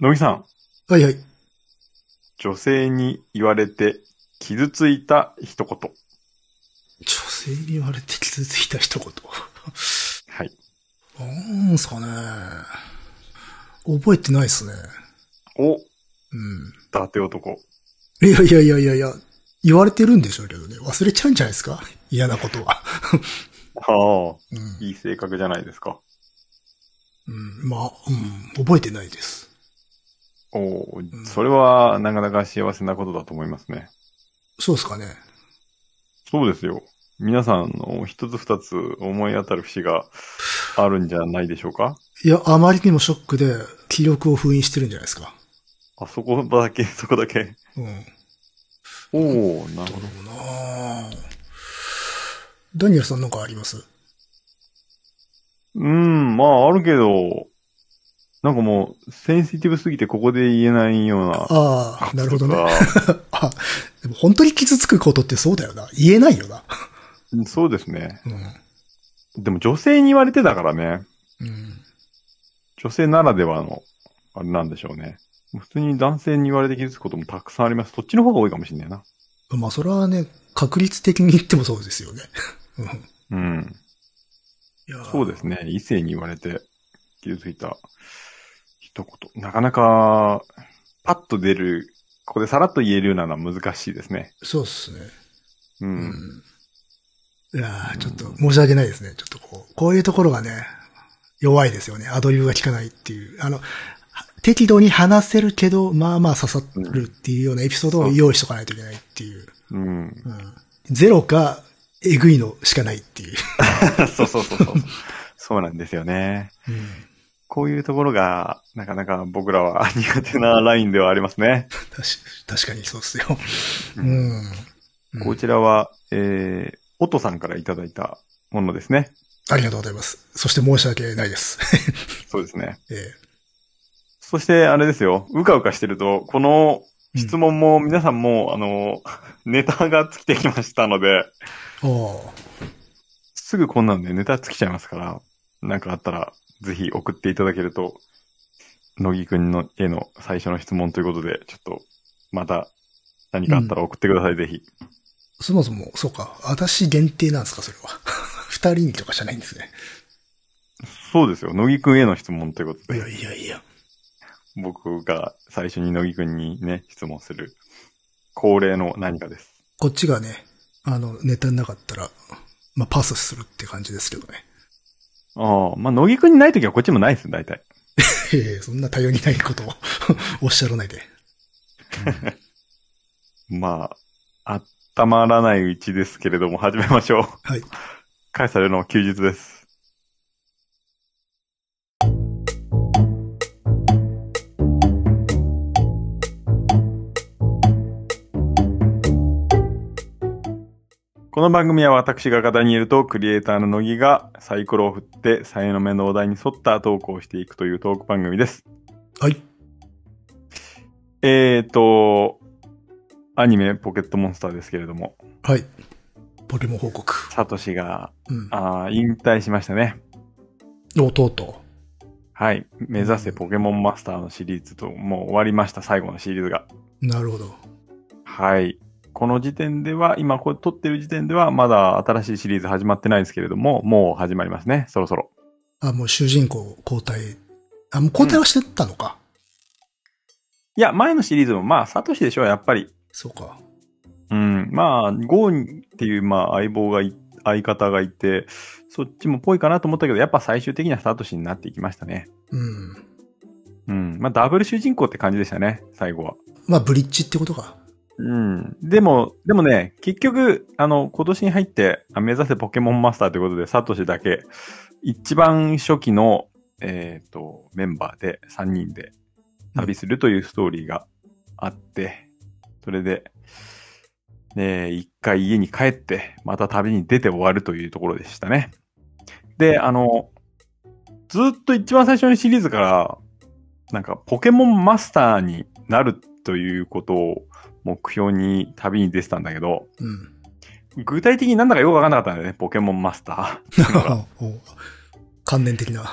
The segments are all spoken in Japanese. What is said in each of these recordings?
野木さん、 はいはい。 女性に言われて傷ついた一言。 女性に言われて傷ついた一言。 はい。 なんすかね。覚えてないっすね。 お、伊うん。 達男。 いや、言われてるんでしょうけどね。忘れちゃうんじゃないですか、嫌なことは。 ああ、 うん。 いい性格じゃないですか。 うん。まあ、覚えてないです。 おー、 うん。 それはなかなか幸せなことだと思いますね。 そうですかね。 そうですよ。皆さんの一つ二つ思い当たる節があるんじゃないでしょうか。 いや、あまりにもショックで、記憶を封印してるんじゃないですか。 あそこだけ、そこだけ。 うん。 おー、なるほど。 だろうな。ダニエルさんなんかあります？ まあ、あるけど、なんかもう、センシティブすぎてここで言えないようなああ、なこととるほどね。 か、 あ、でも本当に傷つくことってそうだよな。言えないよな。 そうですね。 うん。 でも女性に言われてたからね。 うん。 女性ならではの、あれなんでしょうね。普通に男性に言われて傷つくこともたくさんあります。そっちの方が多いかもしれないな。 まあ、それはね、確率的に言ってもそうですよね。うん。 うん。 いやー、 そうですね。異性に言われて傷ついた一言。なかなか、パッと出る、ここでさらっと言えるようなのは難しいですね。 そうっすね。 ううん。 ん。いやー、ちょっとうん、 申し訳ないですね。ちょっとこういうところがね、弱いですよね。アドリブが効かないっていう。適度に話せるけど、まあまあ刺さるっていうようなエピソードをそう。 用意しとかないといけないっていう。 うん。 うん。ゼロか、えぐいのしかないっていう。 そう。そうなんですよね。 うん。 こういうところが、なかなか僕らは苦手なラインではありますね。 確かにそうっすよ。 うん、 うん。うこん。 ちらは、オトさんからいただいたものですね。 ありがとうございます。そして申し訳ないです。 そうですね。 えそして、あれですよ。うかうかしてると、このえ。うん。 質問も皆さんも、ネタが尽きてきましたので、 おー。 すぐこんなんでネタ尽きちゃいますから、なんかあったら、ぜひ送っていただけると、乃木くんのへの最初の質問ということで、ちょっと、また何かあったうん。 ら送ってください、ぜひ。 そもそも、そうか。私限定なんですか、それは。二人にとかじゃないんですね。 そうですよ。乃木くんへの質問ということで、 いや。 僕が最初に乃木くんにね、質問する恒例の何かです。 こっちがね、ネタなかったら、まあ、パスするって感じですけどね。 ああ、まあ、乃木くんにないときはこっちもないです、大体。 そんな頼りないことをおっしゃらないで。 まあ、温まらないうちですけれども、始めましょう。 はい。 返されるのは休日です。この番組は私がダニエルとクリエイターの乃木がサイコロを振って才能目のお題に沿ったトークをしていくというトーク番組です。 はい。 アニメポケットモンスターですけれども、 はい。ポケモン報告。 サトシが、 うん。 引退しましたね。 弟。 はい。目指せポケモンマスターのシリーズと、もう終わりました、最後のシリーズが。 なるほど。 はい。この時点では、今これ撮ってる時点では、まだ新しいシリーズ始まってないですけれども、もう始まりますね、そろそろ。 あ、もう主人公交代。あ、もう交代はしてたのか。 いや、前のシリーズも、まあ、サトシでしょ、やっぱり。 そうか。 うん。まあ、ゴーンっていう、まあ、相方がいて、そっちもぽいかなと思ったけど、やっぱ最終的にはサトシになっていきましたね。 うん。 うん。まあ、ダブル主人公って感じでしたね、最後は。 まあ、ブリッジってことか。 うん。でもね、結局、今年に入って、目指せポケモンマスターということで、サトシだけ、一番初期の、メンバーで3人で旅するというストーリーがあって、それで、一回家に帰って、また旅に出て終わるというところでしたね。で、ずっと一番最初のシリーズから、なんかポケモンマスターになるということを目標に旅に出てたんだけど、 うん。 具体的になんだかよくわかんなかったんだよね、ポケモンマスターっていうのが。 関連的な。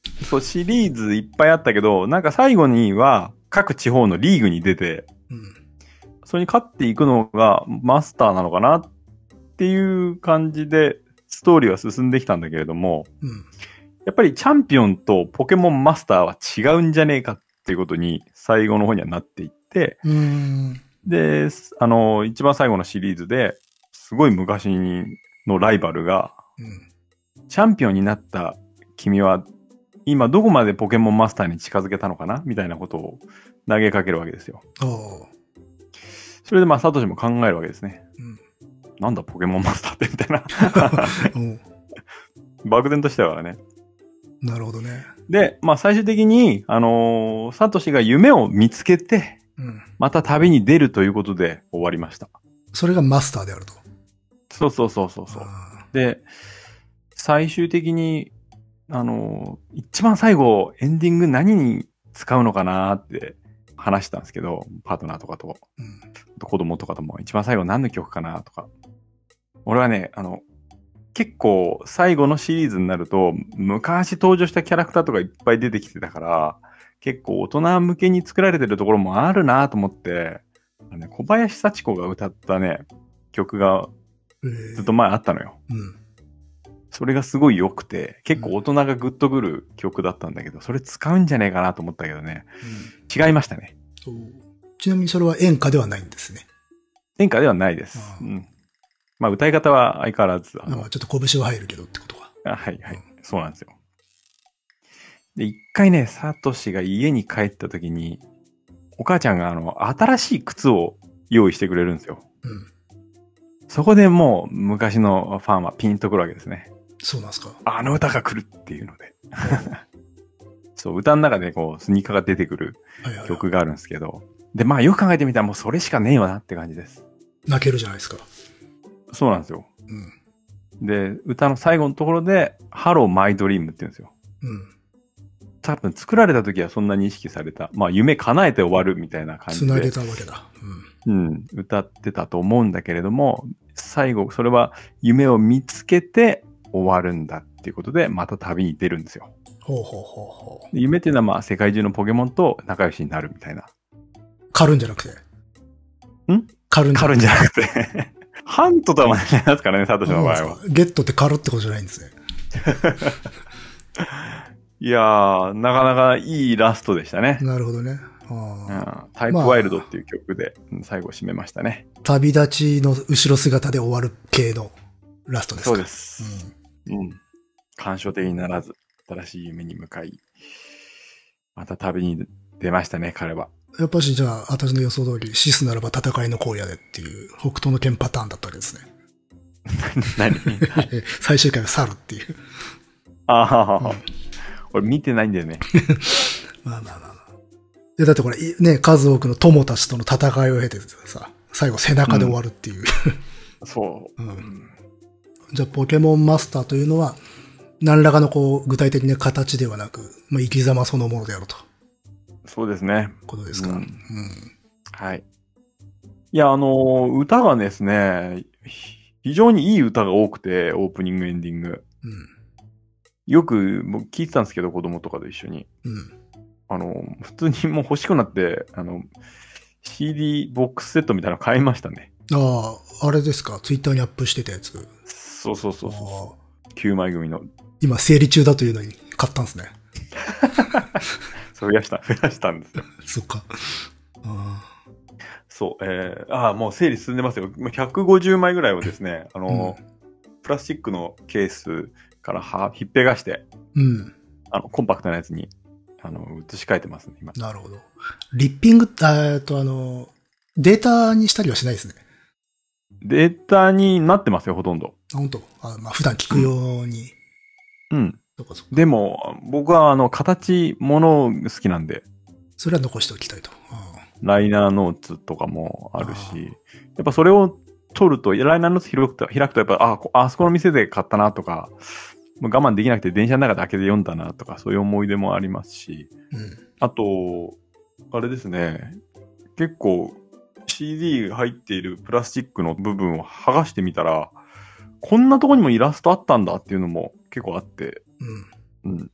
そう、シリーズいっぱいあったけど、なんか最後には各地方のリーグに出て、 うん。 それに勝っていくのがマスターなのかなっていう感じで、ストーリーは進んできたんだけれども、 うん。 やっぱりチャンピオンとポケモンマスターは違うんじゃねえかっていうことに最後の方にはなっていって、で、一番最後のシリーズで、すごい昔のライバルが、チャンピオンになった君は、今どこまでポケモンマスターに近づけたのかなみたいなことを投げかけるわけですよ。それでまあ、サトシも考えるわけですね。なんだポケモンマスターってみたいな。漠然としたからね。 なるほどね。 で、まあ最終的に、サトシが夢を見つけて、また旅に出るということで終わりました。 それがマスターであると。 そう。で、最終的に、一番最後、エンディング何に使うのかなって話したんですけど、パートナーとかと、子供とかとも、一番最後何の曲かなとか。俺はね、結構最後のシリーズになると、昔登場したキャラクターとかいっぱい出てきてたから、結構大人向けに作られてるところもあるなと思って、小林幸子が歌ったね、曲がずっと前あったのよ。それがすごい良くて、結構大人がグッとくる曲だったんだけど、それ使うんじゃねえかなと思ったけどね。違いましたね。 ちなみにそれは演歌ではないんですね。 演歌ではないです。まあ歌い方は相変わらず。ちょっと拳は入るけどってことか。 はい。そうなんですよ。で、一回ね、サトシが家に帰った時に、お母ちゃんが新しい靴を用意してくれるんですよ。そこでもう昔のファンはピンとくるわけですね。 そうなんですか。 あの歌が来るっていうので。そう、歌の中でこう、スニーカーが出てくる曲があるんですけど。で、まあよく考えてみたらもうそれしかねえよなって感じです。 泣けるじゃないですか。 そうなんですよ。で、歌の最後のところで、ハローマイドリームって言うんですよ。多分作られた時はそんなに意識された。まあ夢叶えて終わるみたいな感じで。 繋いでたわけだ。 歌ってたと思うんだけれども、最後、それは夢を見つけて終わるんだっていうことで、また旅に出るんですよ。夢っていうのはまあ世界中のポケモンと仲良しになるみたいな。 狩るんじゃなくて。 狩るんじゃなくて。ハントとはまた違いますからね、サトシの場合は。 ゲットって狩るってことじゃないんですね。 いやー、なかなかいいラストでしたね。 なるほどね。 タイプワイルドっていう曲で最後締めましたね。 旅立ちの後ろ姿で終わる系のラストですか。 そうです。感傷的にならず、新しい夢に向かい、また旅に出ましたね、彼は。 やっぱしじゃあ、私の予想通り、死すならば戦いの荒野でっていう、北斗の剣パターンだったわけですね。 何最終回は去るっていう。 俺見てないんだよね。 まあ。だってこれ、ね、数多くの友たちとの戦いを経てさ、最後背中で終わるっていう。 そう。 じゃあ、ポケモンマスターというのは、何らかの具体的な形ではなく、生き様そのものであると。 そうですね。 ことですか。 はい。いや、歌がですね、非常にいい歌が多くて、オープニング、エンディング。よく僕聞いてたんですけど、子供とかと一緒に。普通にもう欲しくなって、CD ボックスセットみたいなの買いましたね。 あれですか。ツイッターにアップしてたやつ。 そう。9枚組の。 今、整理中だというのに買ったんですね。 増やしたんですよ。 そっか。 そう、もう整理進んでますよ。150枚ぐらいをですね、プラスチックのケースからひっぺがして、コンパクトなやつに、移し替えてますね、今。 なるほど。リッピング、データにしたりはしないですね。 データになってますよ、ほとんど。 本当。普段聞くように。 でも、僕は形もの好きなんで。 それは残しておきたいと。 ライナーノーツとかもあるし、やっぱそれを取ると、ライナーノーツ開くとやっぱ、あそこの店で買ったなとか、我慢できなくて電車の中だけで読んだなとか、そういう思い出もありますし、あと、あれですね、結構 CD が入っているプラスチックの部分を剥がしてみたら、こんなとこにもイラストあったんだっていうのも結構あって、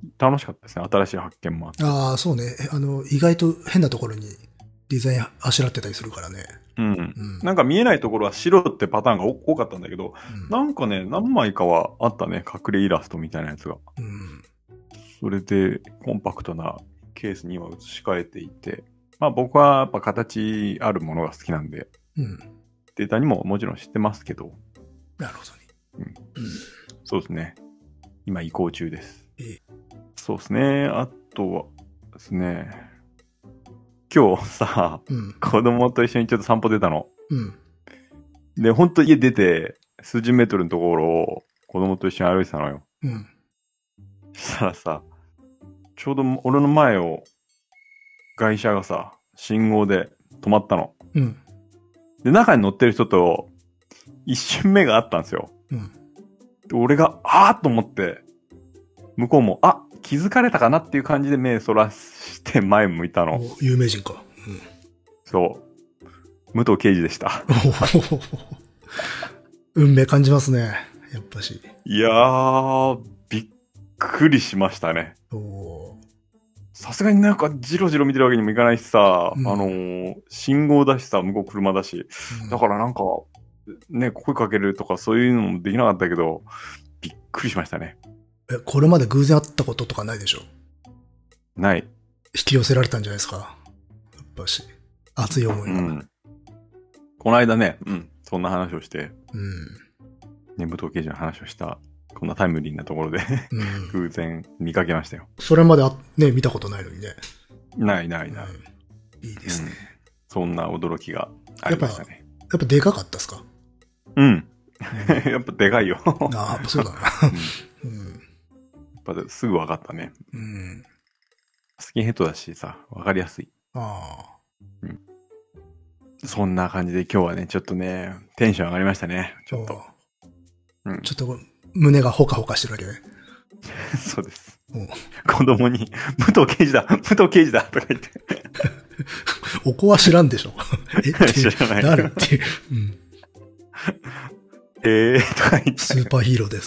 楽しかったですね。新しい発見もあって。 ああ、そうね。意外と変なところにデザインあしらってたりするからね。 うん。なんか見えないところは白ってパターンが多かったんだけど、なんかね、何枚かはあったね。隠れイラストみたいなやつが。それで、コンパクトなケースには移し替えていて、まあ僕はやっぱ形あるものが好きなんで、データにももちろん知ってますけど。 なるほどね。 そうですね。今移行中です。そうですね。あとはですね、今日さ、子供と一緒にちょっと散歩出たの。で、ほんと家出て、数十メートルのところを子供と一緒に歩いてたのよ。そしたらさ、ちょうど俺の前を外車がさ、信号で止まったの。で、中に乗ってる人と一瞬目があったんですよ。で俺が、あーっと思って、向こうも、気づかれたかなっていう感じで目そらして前向いたの。 有名人か。 そう。武藤敬司でした。 運命感じますね。やっぱし。 いやー、びっくりしましたね。さすがになんかジロジロ見てるわけにもいかないしさ、信号だしさ、向こう車だし。だからなんか、ね、声かけるとかそういうのもできなかったけど、びっくりしましたね。 これまで偶然会ったこととかないでしょ？ ない。 引き寄せられたんじゃないですか。やっぱし。熱い思いが。 この間ね、そんな話をして、ね、武藤敬司の話をした、こんなタイムリーなところで、偶然見かけましたよ。 それまでね、見たことないのにね。 ない。いいいですね。 そんな驚きがありましたね。 やっぱでかかったっすか？ やっぱでかいよ。 そうだな。 やっぱすぐ分かったね。スキンヘッドだしさ、分かりやすい。そんな感じで今日はね、ちょっとね、テンション上がりましたね。ちょっと。 ちょっと胸がほかほかしてるわけね。 そうです。子供に、武藤敬司だとか言って。 お子は知らんでしょ。 知らない。 誰っていう。 とか言って。 スーパーヒーローです。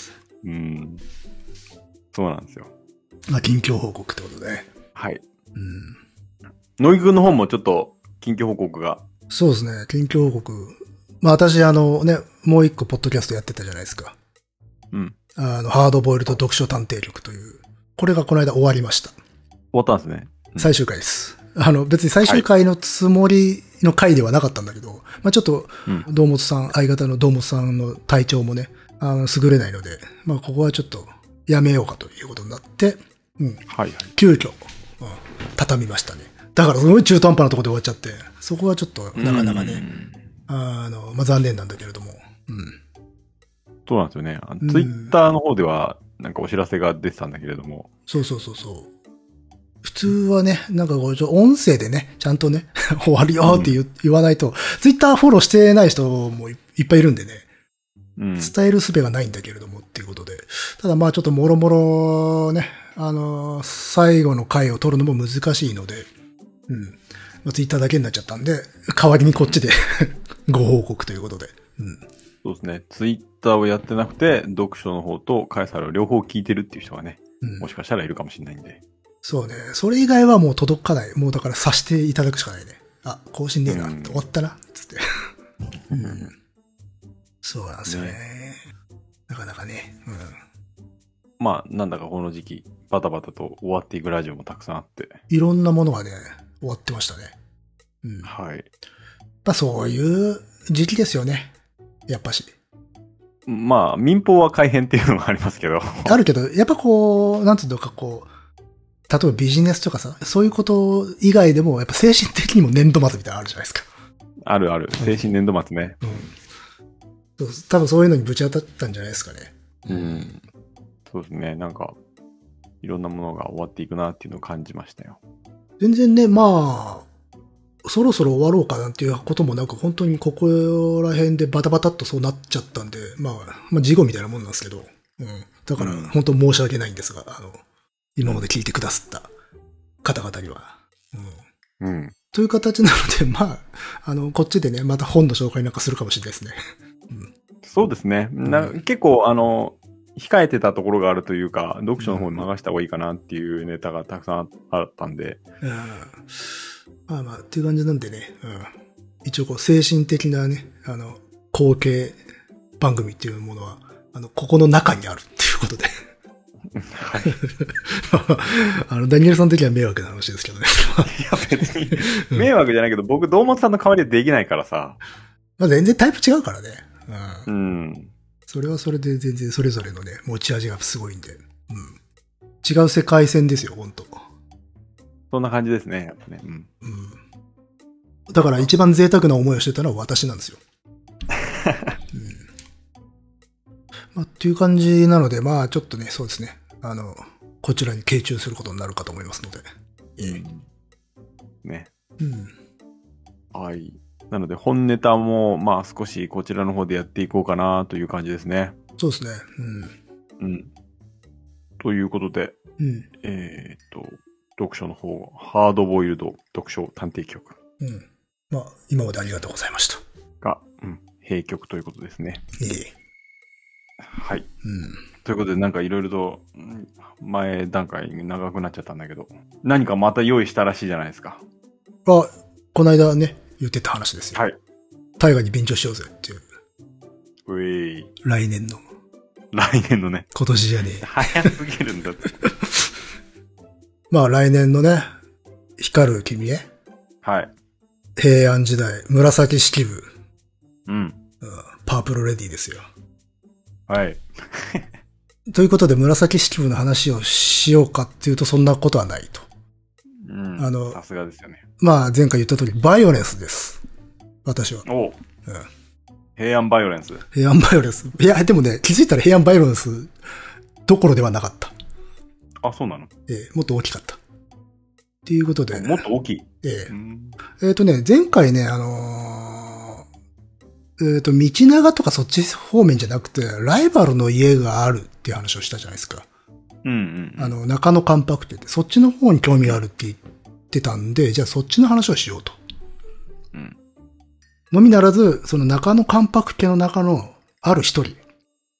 そうなんですよ。 近況報告ってことで。 はい。乃木くんの方もちょっと近況報告が。 そうですね、近況報告。私もう一個ポッドキャストやってたじゃないですか。ハードボイルド読書探偵力という。これがこの間終わりました。 終わったんですね。 最終回です。別に最終回のつもりの回ではなかったんだけど、ちょっと、堂本さん、相方の堂本さんの体調もね、優れないので、ここはちょっとやめようかということになって、急遽、畳みましたね。だからすごい中途半端なところで終わっちゃって、そこはちょっとなかなかね、残念なんだけれども。 そうなんですよね。ツイッターの方では、なんかお知らせが出てたんだけれども。 そう。普通はね、なんか音声でね、ちゃんとね、終わるよって言わないと、ツイッターフォローしてない人もいっぱいいるんでね、伝える術がないんだけれどもっていうことで。ただちょっともろもろね、最後の回を取るのも難しいので、ツイッターだけになっちゃったんで、代わりにこっちでご報告ということで。 そうですね。ツイッターをやってなくて、読書の方とカエサルを両方聞いてるっていう人がね、もしかしたらいるかもしれないんで。 そうね。それ以外はもう届かない。もうだから察していただくしかないね。更新ねえな。終わったな。つって。そうなんですよね。なかなかね。 なんだかこの時期、バタバタと終わっていくラジオもたくさんあって。 いろんなものがね、終わってましたね。 はい。 そういう時期ですよね。やっぱし。 民放は改編っていうのがありますけど。 あるけど、やっぱなんていうのか例えばビジネスとかさ、そういうこと以外でも、やっぱ精神的にも年度末みたいなのあるじゃないですか。 ある。精神年度末ね。 多分そういうのにぶち当たったんじゃないですかね。 そうですね。なんか、いろんなものが終わっていくなっていうのを感じましたよ。 全然ね、そろそろ終わろうかなんていうことも本当にここら辺でバタバタっとそうなっちゃったんで、事後みたいなもんなんですけど、だから本当申し訳ないんですが、今まで聞いてくださった方々には。という形なので、こっちでね、また本の紹介なんかするかもしれないですね。 そうですね。結構、 控えてたところがあるというか、読書の方に流した方がいいかなっていうネタがたくさんあったんで。 まあまあ、っていう感じなんでね、一応こう、精神的なね、後継番組っていうものは、ここの中にあるっていうことで。 はい。 ダニエルさん的には迷惑な話ですけどね。 いや、別に、迷惑じゃないけど、僕、堂本さんの代わりでできないからさ。 まあ全然タイプ違うからね。 うん。 それはそれで全然それぞれのね、持ち味がすごいんで。違う世界線ですよ、ほんと。 そんな感じですね、やっぱね。 だから一番贅沢な思いをしてたのは私なんですよ。まあ、っていう感じなので、まあちょっとね、そうですね。こちらに傾注することになるかと思いますので。 ね。はい。なので、本ネタも、まあ少しこちらの方でやっていこうかなという感じですね。 そうですね。 ということで、読書の方、ハードボイルド読書探偵局。 まあ、今までありがとうございました。 が、閉局ということですね。はい。ということで、なんかいろいろと、前段階に長くなっちゃったんだけど、何かまた用意したらしいじゃないですか。 この間ね、言ってた話ですよ。はい。大河に便乗しようぜっていう。来年のね。今年じゃねえ。 早すぎるんだって。 まあ来年のね、光る君へ。 はい。 平安時代、紫式部。パープルレディですよ。 はい。 ということで、紫式部の話をしようかっていうと、そんなことはないと。 さすがですよね。 まあ、前回言った通り、バイオレンスです。私は。 平安バイオレンス。 平安バイオレンス。いや、でもね、気づいたら平安バイオレンスどころではなかった。 あ、そうなの？ もっと大きかった。っていうことで。 もっと大きい？ 前回ね、道長とかそっち方面じゃなくて、ライバルの家があるっていう話をしたじゃないですか。中野関白家って、そっちの方に興味があるって言ってたんで、じゃあそっちの話をしようと。のみならず、その中野関白家の中のある一人、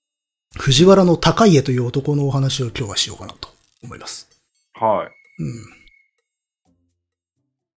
藤原の高家という男のお話を今日はしようかなと思います。 はい。